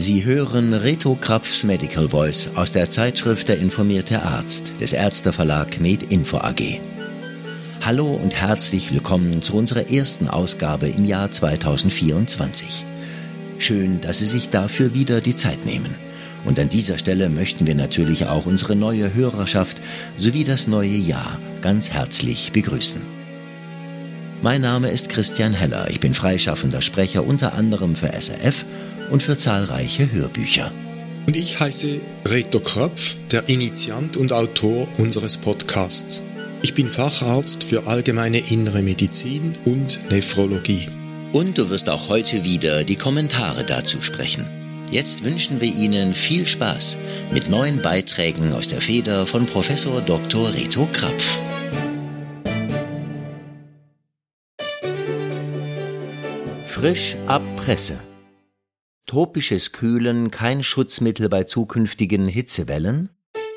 Sie hören Reto Krapfs Medical Voice aus der Zeitschrift Der informierte Arzt des Ärzteverlag MedInfo AG. Hallo und herzlich willkommen zu unserer ersten Ausgabe im Jahr 2024. Schön, dass Sie sich dafür wieder die Zeit nehmen. Und an dieser Stelle möchten wir natürlich auch unsere neue Hörerschaft sowie das neue Jahr ganz herzlich begrüßen. Mein Name ist Christian Heller, ich bin freischaffender Sprecher unter anderem für SRF und für zahlreiche Hörbücher. Und ich heiße Reto Krapf, der Initiant und Autor unseres Podcasts. Ich bin Facharzt für allgemeine innere Medizin und Nephrologie. Und du wirst auch heute wieder die Kommentare dazu sprechen. Jetzt wünschen wir Ihnen viel Spaß mit neuen Beiträgen aus der Feder von Professor Dr. Reto Krapf. Frisch ab Presse. Tropisches Kühlen kein Schutzmittel bei zukünftigen Hitzewellen?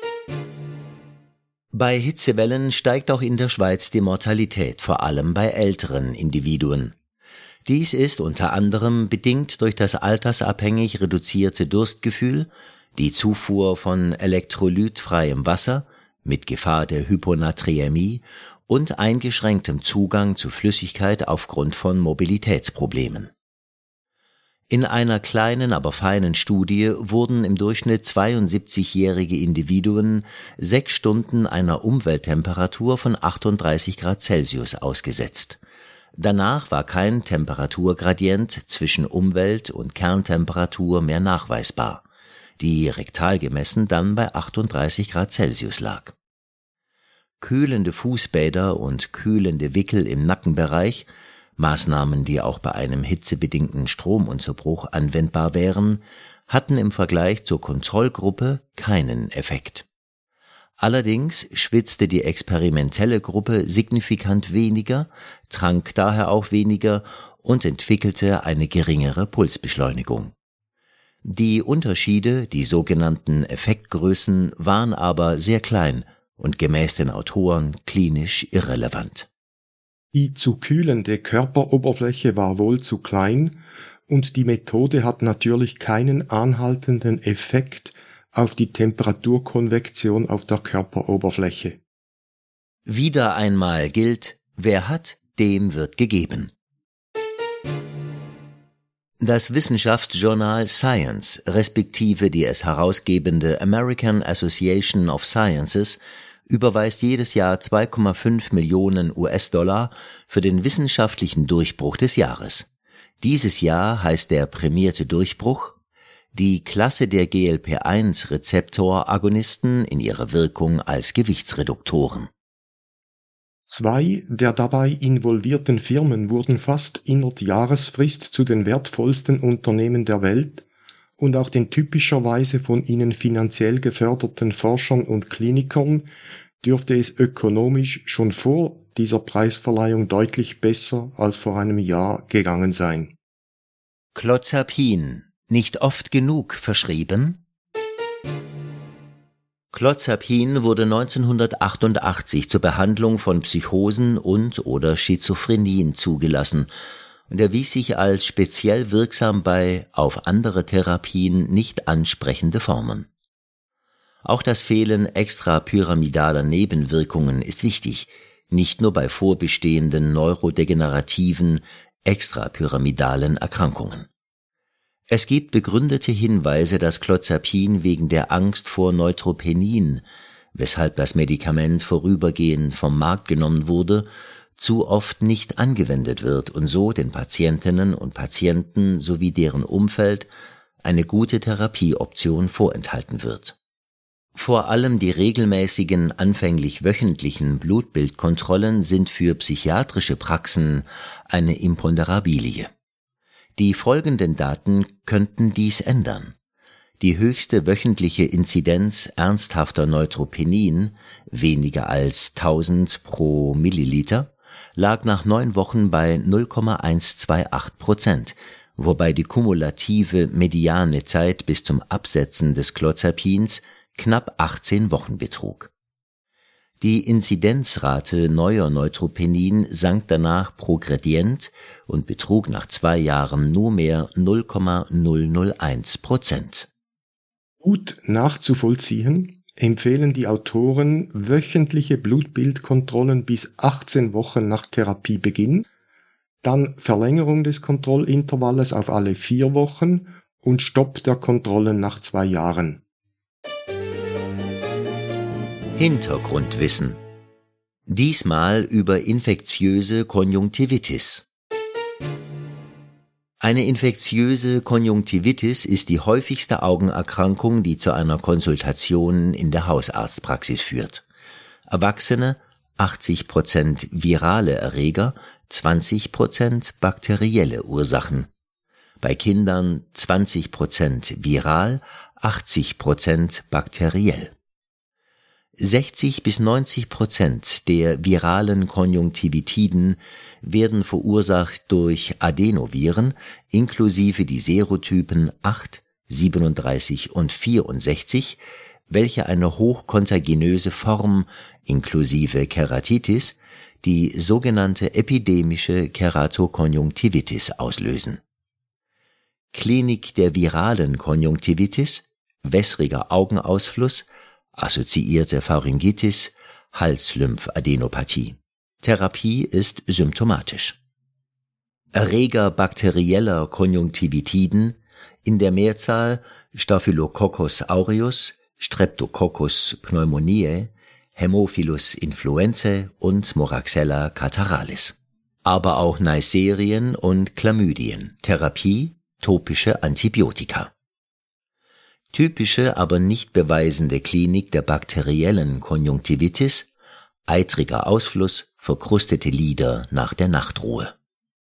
Bei Hitzewellen steigt auch in der Schweiz die Mortalität, vor allem bei älteren Individuen. Dies ist unter anderem bedingt durch das altersabhängig reduzierte Durstgefühl, die Zufuhr von elektrolytfreiem Wasser mit Gefahr der Hyponaträmie und eingeschränktem Zugang zu Flüssigkeit aufgrund von Mobilitätsproblemen. In einer kleinen, aber feinen Studie wurden im Durchschnitt 72-jährige Individuen 6 Stunden einer Umwelttemperatur von 38 Grad Celsius ausgesetzt. Danach war kein Temperaturgradient zwischen Umwelt- und Kerntemperatur mehr nachweisbar, die rektal gemessen dann bei 38 Grad Celsius lag. Kühlende Fußbäder und kühlende Wickel im Nackenbereich, Maßnahmen, die auch bei einem hitzebedingten Stromunterbruch anwendbar wären, hatten im Vergleich zur Kontrollgruppe keinen Effekt. Allerdings schwitzte die experimentelle Gruppe signifikant weniger, trank daher auch weniger und entwickelte eine geringere Pulsbeschleunigung. Die Unterschiede, die sogenannten Effektgrößen, waren aber sehr klein und gemäß den Autoren klinisch irrelevant. Die zu kühlende Körperoberfläche war wohl zu klein und die Methode hat natürlich keinen anhaltenden Effekt auf die Temperaturkonvektion auf der Körperoberfläche. Wieder einmal gilt, wer hat, dem wird gegeben. Das Wissenschaftsjournal Science, respektive die es herausgebende American Association of Sciences, überweist jedes Jahr 2,5 Millionen US-Dollar für den wissenschaftlichen Durchbruch des Jahres. Dieses Jahr heißt der prämierte Durchbruch: die Klasse der GLP-1-Rezeptoragonisten in ihrer Wirkung als Gewichtsreduktoren. 2 der dabei involvierten Firmen wurden fast innerhalb Jahresfrist zu den wertvollsten Unternehmen der Welt und auch den typischerweise von ihnen finanziell geförderten Forschern und Klinikern dürfte es ökonomisch schon vor dieser Preisverleihung deutlich besser als vor einem Jahr gegangen sein. Clozapin, nicht oft genug verschrieben? Clozapin wurde 1988 zur Behandlung von Psychosen und/oder Schizophrenien zugelassen und erwies sich als speziell wirksam bei auf andere Therapien nicht ansprechende Formen. Auch das Fehlen extrapyramidaler Nebenwirkungen ist wichtig, nicht nur bei vorbestehenden neurodegenerativen extrapyramidalen Erkrankungen. Es gibt begründete Hinweise, dass Clozapin wegen der Angst vor Neutropenin, weshalb das Medikament vorübergehend vom Markt genommen wurde, zu oft nicht angewendet wird und so den Patientinnen und Patienten sowie deren Umfeld eine gute Therapieoption vorenthalten wird. Vor allem die regelmäßigen, anfänglich wöchentlichen Blutbildkontrollen sind für psychiatrische Praxen eine Imponderabilie. Die folgenden Daten könnten dies ändern. Die höchste wöchentliche Inzidenz ernsthafter Neutropenien, weniger als 1000 pro Milliliter, lag nach 9 Wochen bei 0,128%, wobei die kumulative mediane Zeit bis zum Absetzen des Clozapins knapp 18 Wochen betrug. Die Inzidenzrate neuer Neutropenien sank danach progredient und betrug nach 2 Jahren nur mehr 0,001%. Gut nachzuvollziehen empfehlen die Autoren wöchentliche Blutbildkontrollen bis 18 Wochen nach Therapiebeginn, dann Verlängerung des Kontrollintervalles auf alle 4 Wochen und Stopp der Kontrollen nach 2 Jahren. Hintergrundwissen. Diesmal über infektiöse Konjunktivitis. Eine infektiöse Konjunktivitis ist die häufigste Augenerkrankung, die zu einer Konsultation in der Hausarztpraxis führt. Erwachsene 80% virale Erreger, 20% bakterielle Ursachen. Bei Kindern 20% viral, 80% bakteriell. 60-90% der viralen Konjunktivitiden werden verursacht durch Adenoviren, inklusive die Serotypen 8, 37 und 64, welche eine hochkontaginöse Form inklusive Keratitis, die sogenannte epidemische Keratokonjunktivitis auslösen. Klinik der viralen Konjunktivitis, wässriger Augenausfluss, assoziierte Pharyngitis, Halslymph-Adenopathie. Therapie ist symptomatisch. Erreger bakterieller Konjunktivitiden, in der Mehrzahl Staphylococcus aureus, Streptococcus pneumoniae, Haemophilus influenzae und Moraxella catarrhalis. Aber auch Neisserien und Chlamydien. Therapie, topische Antibiotika. Typische, aber nicht beweisende Klinik der bakteriellen Konjunktivitis, eitriger Ausfluss, verkrustete Lider nach der Nachtruhe.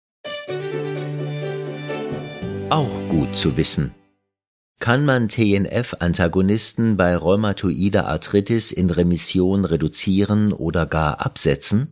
Auch gut zu wissen. Kann man TNF-Antagonisten bei rheumatoider Arthritis in Remission reduzieren oder gar absetzen?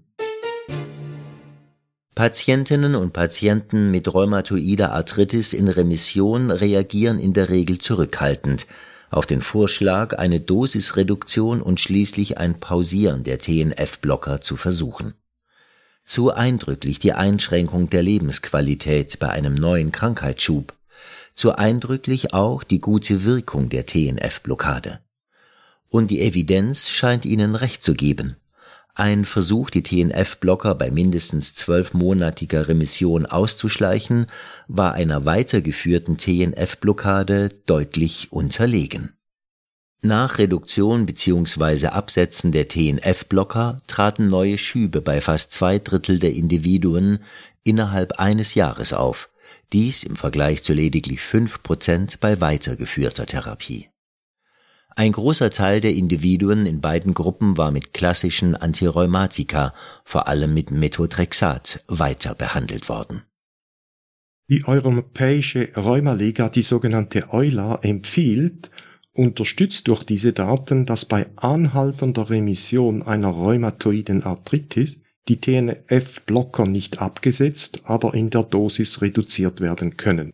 Patientinnen und Patienten mit rheumatoider Arthritis in Remission reagieren in der Regel zurückhaltend auf den Vorschlag, eine Dosisreduktion und schließlich ein Pausieren der TNF-Blocker zu versuchen. Zu eindrücklich die Einschränkung der Lebensqualität bei einem neuen Krankheitsschub, zu eindrücklich auch die gute Wirkung der TNF-Blockade. Und die Evidenz scheint ihnen recht zu geben. Ein Versuch, die TNF-Blocker bei mindestens 12-monatiger Remission auszuschleichen, war einer weitergeführten TNF-Blockade deutlich unterlegen. Nach Reduktion bzw. Absetzen der TNF-Blocker traten neue Schübe bei fast 2/3 der Individuen innerhalb eines Jahres auf, dies im Vergleich zu lediglich 5% bei weitergeführter Therapie. Ein großer Teil der Individuen in beiden Gruppen war mit klassischen Antirheumatika, vor allem mit Methotrexat, weiter behandelt worden. Die Europäische Rheumaliga, die sogenannte EULA, empfiehlt, unterstützt durch diese Daten, dass bei anhaltender Remission einer rheumatoiden Arthritis die TNF-Blocker nicht abgesetzt, aber in der Dosis reduziert werden können.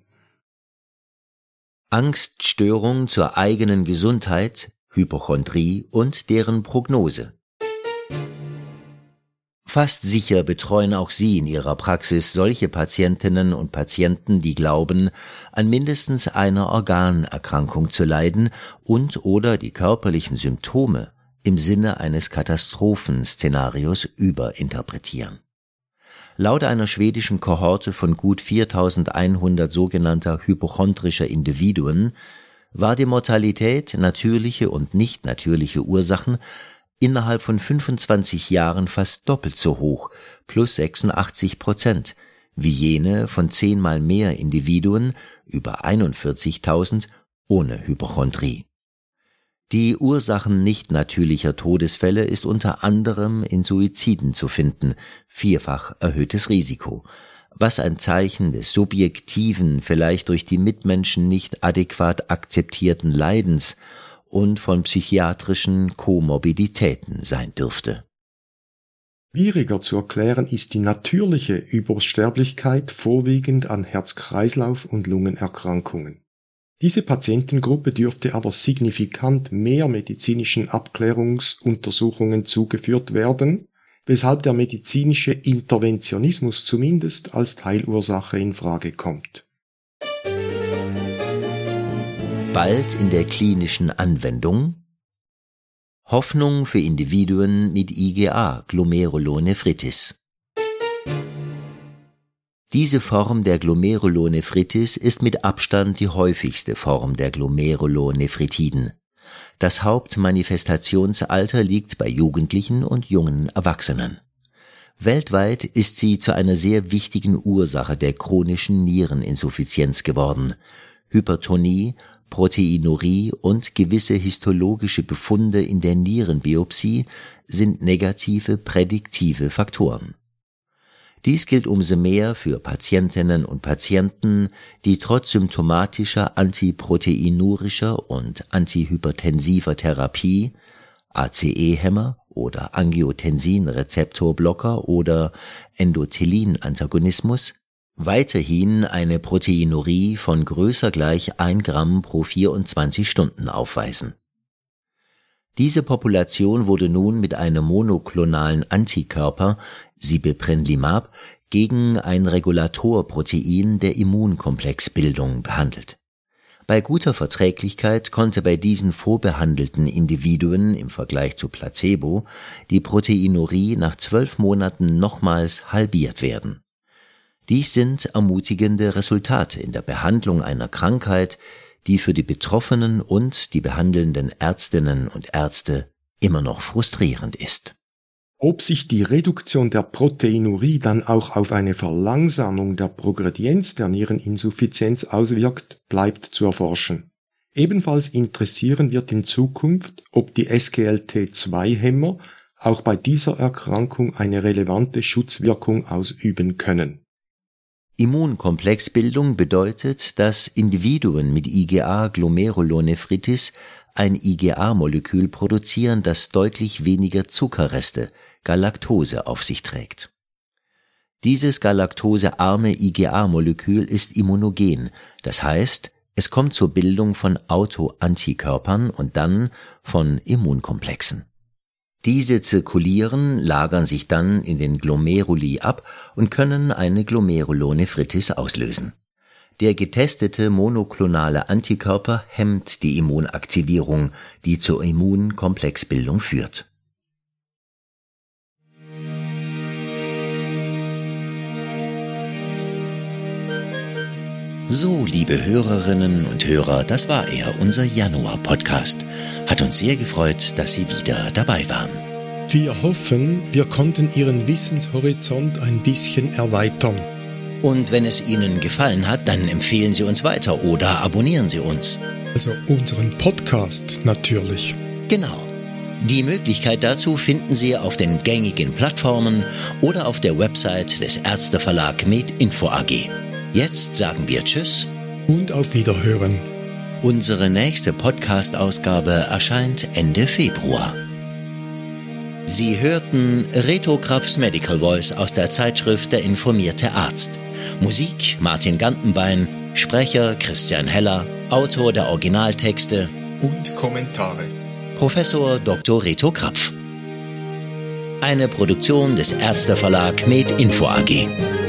Angststörung zur eigenen Gesundheit, Hypochondrie und deren Prognose. Fast sicher betreuen auch Sie in Ihrer Praxis solche Patientinnen und Patienten, die glauben, an mindestens einer Organerkrankung zu leiden und oder die körperlichen Symptome im Sinne eines Katastrophenszenarios überinterpretieren. Laut einer schwedischen Kohorte von gut 4.100 sogenannter hypochondrischer Individuen war die Mortalität, natürliche und nicht natürliche Ursachen, innerhalb von 25 Jahren fast doppelt so hoch, plus 86%, wie jene von 10-mal mehr Individuen, über 41.000, ohne Hypochondrie. Die Ursachen nicht natürlicher Todesfälle ist unter anderem in Suiziden zu finden, 4-fach erhöhtes Risiko, was ein Zeichen des subjektiven, vielleicht durch die Mitmenschen nicht adäquat akzeptierten Leidens und von psychiatrischen Komorbiditäten sein dürfte. Schwieriger zu erklären ist die natürliche Übersterblichkeit vorwiegend an Herz-Kreislauf- und Lungenerkrankungen. Diese Patientengruppe dürfte aber signifikant mehr medizinischen Abklärungsuntersuchungen zugeführt werden, weshalb der medizinische Interventionismus zumindest als Teilursache in Frage kommt. Bald in der klinischen Anwendung. Hoffnung für Individuen mit IgA, Glomerulonephritis. Diese Form der Glomerulonephritis ist mit Abstand die häufigste Form der Glomerulonephritiden. Das Hauptmanifestationsalter liegt bei Jugendlichen und jungen Erwachsenen. Weltweit ist sie zu einer sehr wichtigen Ursache der chronischen Niereninsuffizienz geworden. Hypertonie, Proteinurie und gewisse histologische Befunde in der Nierenbiopsie sind negative prädiktive Faktoren. Dies gilt umso mehr für Patientinnen und Patienten, die trotz symptomatischer antiproteinurischer und antihypertensiver Therapie, ACE-Hämmer oder Angiotensin-Rezeptorblocker oder Endothelin-Antagonismus, weiterhin eine Proteinurie von größer gleich 1 Gramm pro 24 Stunden aufweisen. Diese Population wurde nun mit einem monoklonalen Antikörper, Sibeprenlimab, gegen ein Regulatorprotein der Immunkomplexbildung behandelt. Bei guter Verträglichkeit konnte bei diesen vorbehandelten Individuen im Vergleich zu Placebo die Proteinurie nach 12 Monaten nochmals halbiert werden. Dies sind ermutigende Resultate in der Behandlung einer Krankheit, die für die Betroffenen und die behandelnden Ärztinnen und Ärzte immer noch frustrierend ist. Ob sich die Reduktion der Proteinurie dann auch auf eine Verlangsamung der Progredienz der Niereninsuffizienz auswirkt, bleibt zu erforschen. Ebenfalls interessieren wird in Zukunft, ob die SGLT2-Hämmer auch bei dieser Erkrankung eine relevante Schutzwirkung ausüben können. Immunkomplexbildung bedeutet, dass Individuen mit IgA Glomerulonephritis ein IgA-Molekül produzieren, das deutlich weniger Zuckerreste, Galaktose, auf sich trägt. Dieses galaktosearme IgA-Molekül ist immunogen, das heißt, es kommt zur Bildung von Autoantikörpern und dann von Immunkomplexen. Diese zirkulieren, lagern sich dann in den Glomeruli ab und können eine Glomerulonephritis auslösen. Der getestete monoklonale Antikörper hemmt die Immunaktivierung, die zur Immunkomplexbildung führt. So, liebe Hörerinnen und Hörer, das war er, unser Januar-Podcast. Hat uns sehr gefreut, dass Sie wieder dabei waren. Wir hoffen, wir konnten Ihren Wissenshorizont ein bisschen erweitern. Und wenn es Ihnen gefallen hat, dann empfehlen Sie uns weiter oder abonnieren Sie uns. Also unseren Podcast natürlich. Genau. Die Möglichkeit dazu finden Sie auf den gängigen Plattformen oder auf der Website des Ärzteverlag MedInfo AG. Jetzt sagen wir Tschüss und auf Wiederhören. Unsere nächste Podcast-Ausgabe erscheint Ende Februar. Sie hörten Reto Krapfs Medical Voice aus der Zeitschrift Der informierte Arzt. Musik Martin Gantenbein, Sprecher Christian Heller, Autor der Originaltexte und Kommentare Professor Dr. Reto Krapf. Eine Produktion des Ärzteverlag MedInfo AG.